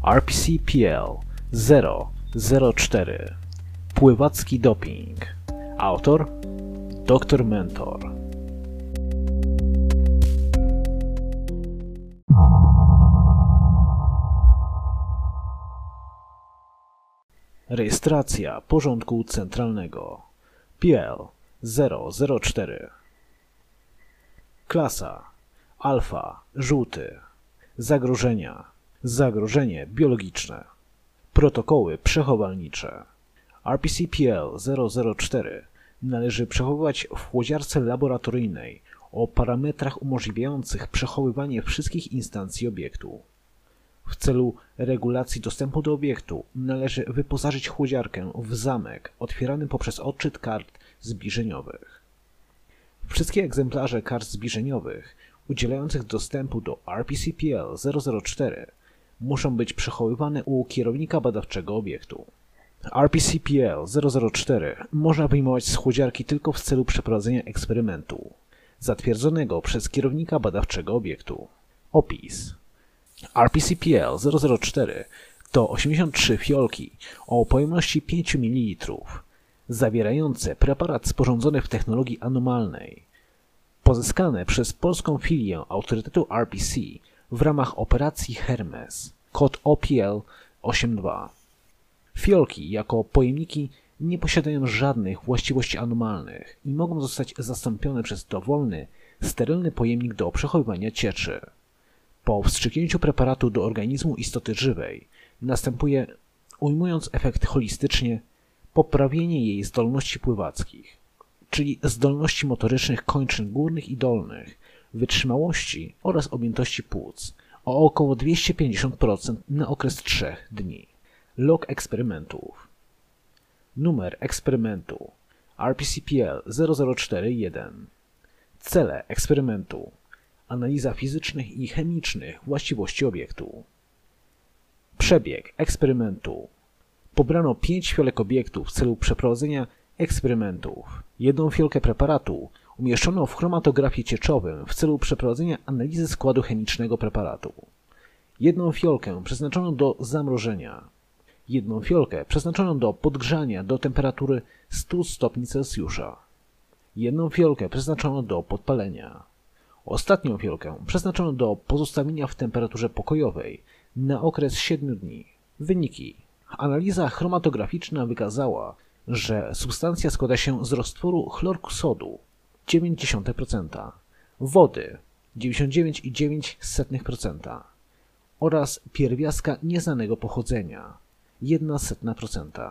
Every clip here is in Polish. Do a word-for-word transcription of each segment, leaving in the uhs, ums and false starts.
R P C P L zero zero cztery Pływacki doping. Autor doktor Mentor. Rejestracja porządku centralnego P L zero zero cztery. Klasa Alfa żółty. Zagrożenia Zagrożenie biologiczne. Protokoły przechowalnicze R P C P L zero zero cztery należy przechowywać w chłodziarce laboratoryjnej o parametrach umożliwiających przechowywanie wszystkich instancji obiektu. W celu regulacji dostępu do obiektu należy wyposażyć chłodziarkę w zamek otwierany poprzez odczyt kart zbliżeniowych. Wszystkie egzemplarze kart zbliżeniowych udzielających dostępu do R P C P L zero zero cztery muszą być przechowywane u kierownika badawczego obiektu. R P C P L zero zero cztery można wyjmować z chłodziarki tylko w celu przeprowadzenia eksperymentu, zatwierdzonego przez kierownika badawczego obiektu. Opis R P C P L zero zero cztery to osiemdziesiąt trzy fiolki o pojemności pięć mililitrów, zawierające preparat sporządzony w technologii anomalnej, pozyskane przez polską filię autorytetu R P C w ramach operacji Hermes, kod O P L osiemdziesiąt dwa. Fiolki jako pojemniki nie posiadają żadnych właściwości anomalnych i mogą zostać zastąpione przez dowolny, sterylny pojemnik do przechowywania cieczy. Po wstrzyknięciu preparatu do organizmu istoty żywej następuje, ujmując efekt holistycznie, poprawienie jej zdolności pływackich, czyli zdolności motorycznych kończyn górnych i dolnych, wytrzymałości oraz objętości płuc o około dwieście pięćdziesiąt procent na okres trzech dni. Log eksperymentów. Numer eksperymentu R P C P L zero zero cztery jeden. Cele eksperymentu: analiza fizycznych i chemicznych właściwości obiektu. Przebieg eksperymentu: pobrano pięć fiolek obiektu w celu przeprowadzenia eksperymentów. Jedną fiolkę preparatu umieszczono w chromatografie cieczowym w celu przeprowadzenia analizy składu chemicznego preparatu. Jedną fiolkę przeznaczono do zamrożenia. Jedną fiolkę przeznaczono do podgrzania do temperatury stu stopni Celsjusza. Jedną fiolkę przeznaczono do podpalenia. Ostatnią fiolkę przeznaczono do pozostawienia w temperaturze pokojowej na okres siedmiu dni. Wyniki. Analiza chromatograficzna wykazała, że substancja składa się z roztworu chlorku sodu dziewięć przecinek pięć procent, wody dziewięćdziesiąt dziewięć przecinek dziewięć procent oraz pierwiastka nieznanego pochodzenia jeden setny procenta.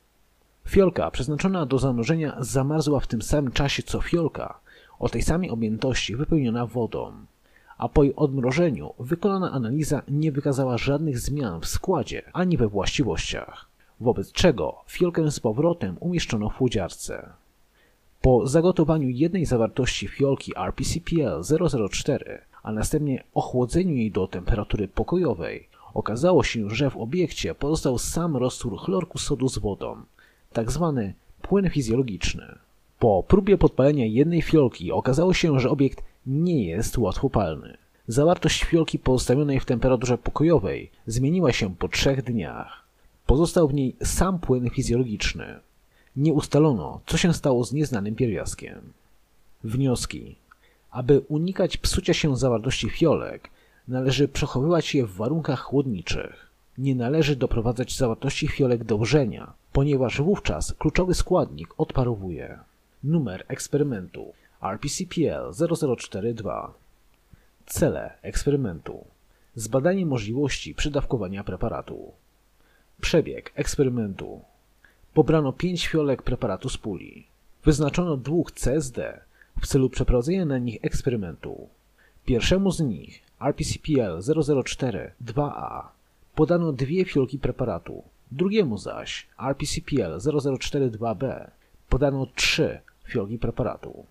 Fiolka przeznaczona do zanurzenia zamarzła w tym samym czasie co fiolka o tej samej objętości wypełniona wodą, a po jej odmrożeniu wykonana analiza nie wykazała żadnych zmian w składzie ani we właściwościach, wobec czego fiolkę z powrotem umieszczono w chłodziarce. Po zagotowaniu jednej zawartości fiolki R P C P L zero zero cztery, a następnie ochłodzeniu jej do temperatury pokojowej, okazało się, że w obiekcie pozostał sam roztwór chlorku sodu z wodą, tak zwany płyn fizjologiczny. Po próbie podpalenia jednej fiolki okazało się, że obiekt nie jest łatwopalny. Zawartość fiolki pozostawionej w temperaturze pokojowej zmieniła się po trzech dniach. Pozostał w niej sam płyn fizjologiczny. Nie ustalono, co się stało z nieznanym pierwiastkiem. Wnioski. Aby unikać psucia się zawartości fiolek, należy przechowywać je w warunkach chłodniczych. Nie należy doprowadzać zawartości fiolek do wrzenia, ponieważ wówczas kluczowy składnik odparowuje. Numer eksperymentu R P C P L zero zero cztery dwa. Cele eksperymentu: zbadanie możliwości przedawkowania preparatu. Przebieg eksperymentu: pobrano pięć fiolek preparatu z puli. Wyznaczono dwóch C S D w celu przeprowadzenia na nich eksperymentu. Pierwszemu z nich, R P C P L zero zero cztery dwa A, podano dwie fiolki preparatu, drugiemu zaś, R P C P L zero zero cztery dwa B, podano trzy fiolki preparatu.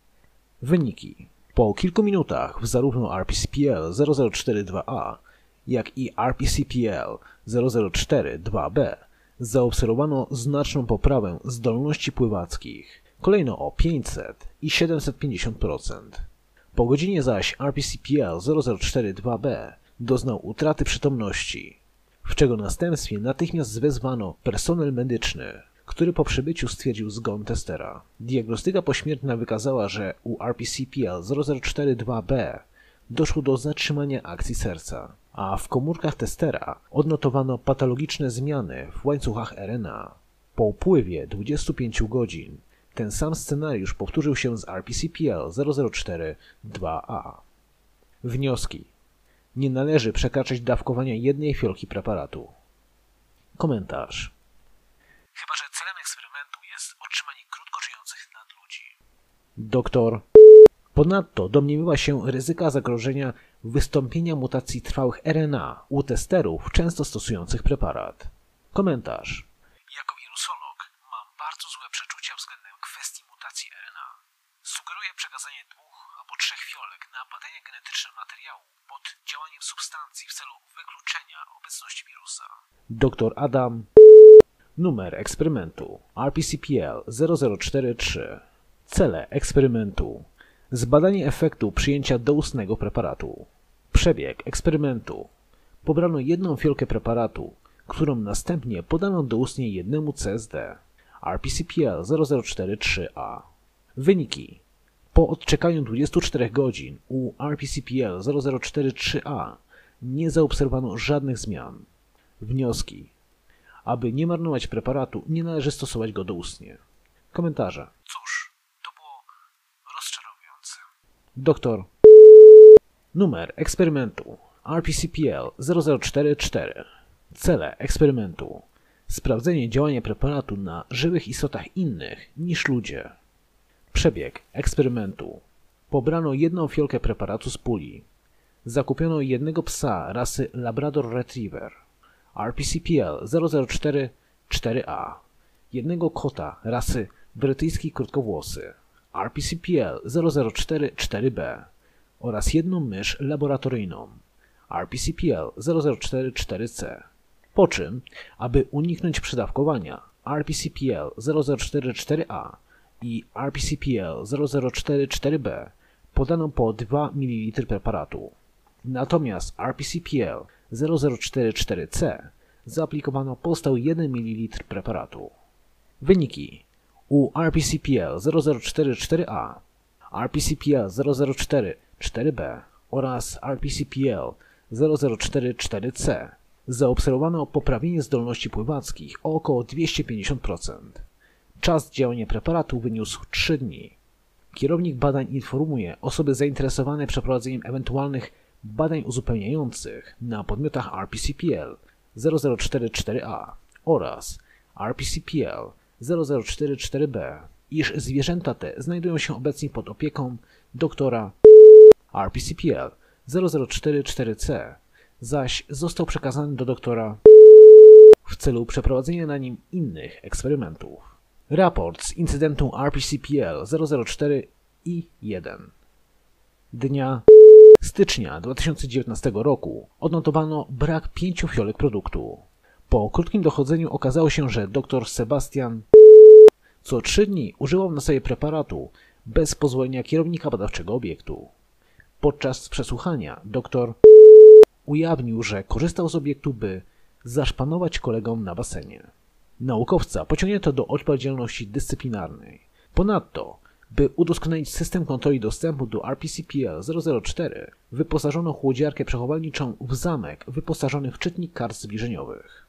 Wyniki. Po kilku minutach w zarówno R P C P L zero zero cztery dwa A, jak i R P C P L zero zero cztery dwa B zaobserwowano znaczną poprawę zdolności pływackich, kolejno o pięćset i siedemset pięćdziesiąt procent. Po godzinie zaś R P C P L zero zero cztery dwa B doznał utraty przytomności. w czego następstwie natychmiast wezwano personel medyczny, który po przybyciu stwierdził zgon testera. Diagnostyka pośmiertna wykazała, że u R P C P L zero zero cztery dwa B doszło do zatrzymania akcji serca, a w komórkach testera odnotowano patologiczne zmiany w łańcuchach R N A. Po upływie dwudziestu pięciu godzin ten sam scenariusz powtórzył się z R P C P L zero zero cztery dwa A. Wnioski. Nie należy przekraczać dawkowania jednej fiolki preparatu. Komentarz. Chyba że celem eksperymentu jest otrzymanie krótko żyjących nadludzi. Doktor. Ponadto domniemywa się ryzyka zagrożenia wystąpienia mutacji trwałych R N A u testerów często stosujących preparat. Komentarz. Jako wirusolog mam bardzo złe przeczucia względem kwestii mutacji R N A. Sugeruję przekazanie dwóch albo trzech fiolek na badania genetyczne materiału pod działaniem substancji w celu wykluczenia obecności wirusa. Doktor Adam. Numer eksperymentu R P C P L zero zero cztery trzy. Cele eksperymentu. Zbadanie efektu przyjęcia doustnego preparatu. Przebieg eksperymentu. Pobrano jedną fiolkę preparatu, którą następnie podano doustnie jednemu C S D. R P C P L zero zero cztery trzy A. Wyniki. Po odczekaniu dwudziestu czterech godzin u R P C P L zero zero cztery trzy A nie zaobserwowano żadnych zmian. Wnioski. Aby nie marnować preparatu, nie należy stosować go doustnie. Komentarze. Cóż, to było rozczarowujące. Doktor. Numer eksperymentu R P C P L zero zero cztery cztery. Cele eksperymentu. Sprawdzenie działania preparatu na żywych istotach innych niż ludzie. Przebieg eksperymentu. Pobrano jedną fiolkę preparatu z puli. Zakupiono jednego psa rasy Labrador Retriever R P C P L zero zero cztery cztery A, jednego kota rasy brytyjski krótkowłosy R P C P L zero zero cztery cztery B oraz jedną mysz laboratoryjną R P C P L zero zero cztery cztery C. Po czym, aby uniknąć przedawkowania, R P C P L zero zero cztery cztery A i R P C P L zero zero cztery cztery B podano po dwa mililitry preparatu. Natomiast R P C P L zero zero cztery cztery C zaaplikowano pozostał jeden mililitr preparatu. Wyniki. U R P C P L zero zero cztery cztery A, R P C P L zero zero cztery cztery B oraz R P C P L zero zero cztery cztery C zaobserwowano poprawienie zdolności pływackich o około dwieście pięćdziesiąt procent. Czas działania preparatu wyniósł trzy dni. Kierownik badań informuje osoby zainteresowane przeprowadzeniem ewentualnych badań uzupełniających na podmiotach R P C P L zero zero cztery cztery A oraz R P C P L zero zero cztery cztery B, iż zwierzęta te znajdują się obecnie pod opieką doktora R P C P L zero zero cztery cztery C, zaś został przekazany do doktora w celu przeprowadzenia na nim innych eksperymentów. Raport z incydentu R P C P L zero zero cztery I jeden. Dnia stycznia dwa tysiące dziewiętnastego roku odnotowano brak pięciu fiolek produktu. Po krótkim dochodzeniu okazało się, że dr Sebastian co trzy dni używał na sobie preparatu bez pozwolenia kierownika badawczego obiektu. Podczas przesłuchania doktor ujawnił, że korzystał z obiektu, by zaszpanować kolegom na basenie. Naukowca pociągnięto do odpowiedzialności dyscyplinarnej. Ponadto, by udoskonalić system kontroli dostępu do R P C P L zero zero cztery, wyposażono chłodziarkę przechowalniczą w zamek wyposażony w czytnik kart zbliżeniowych.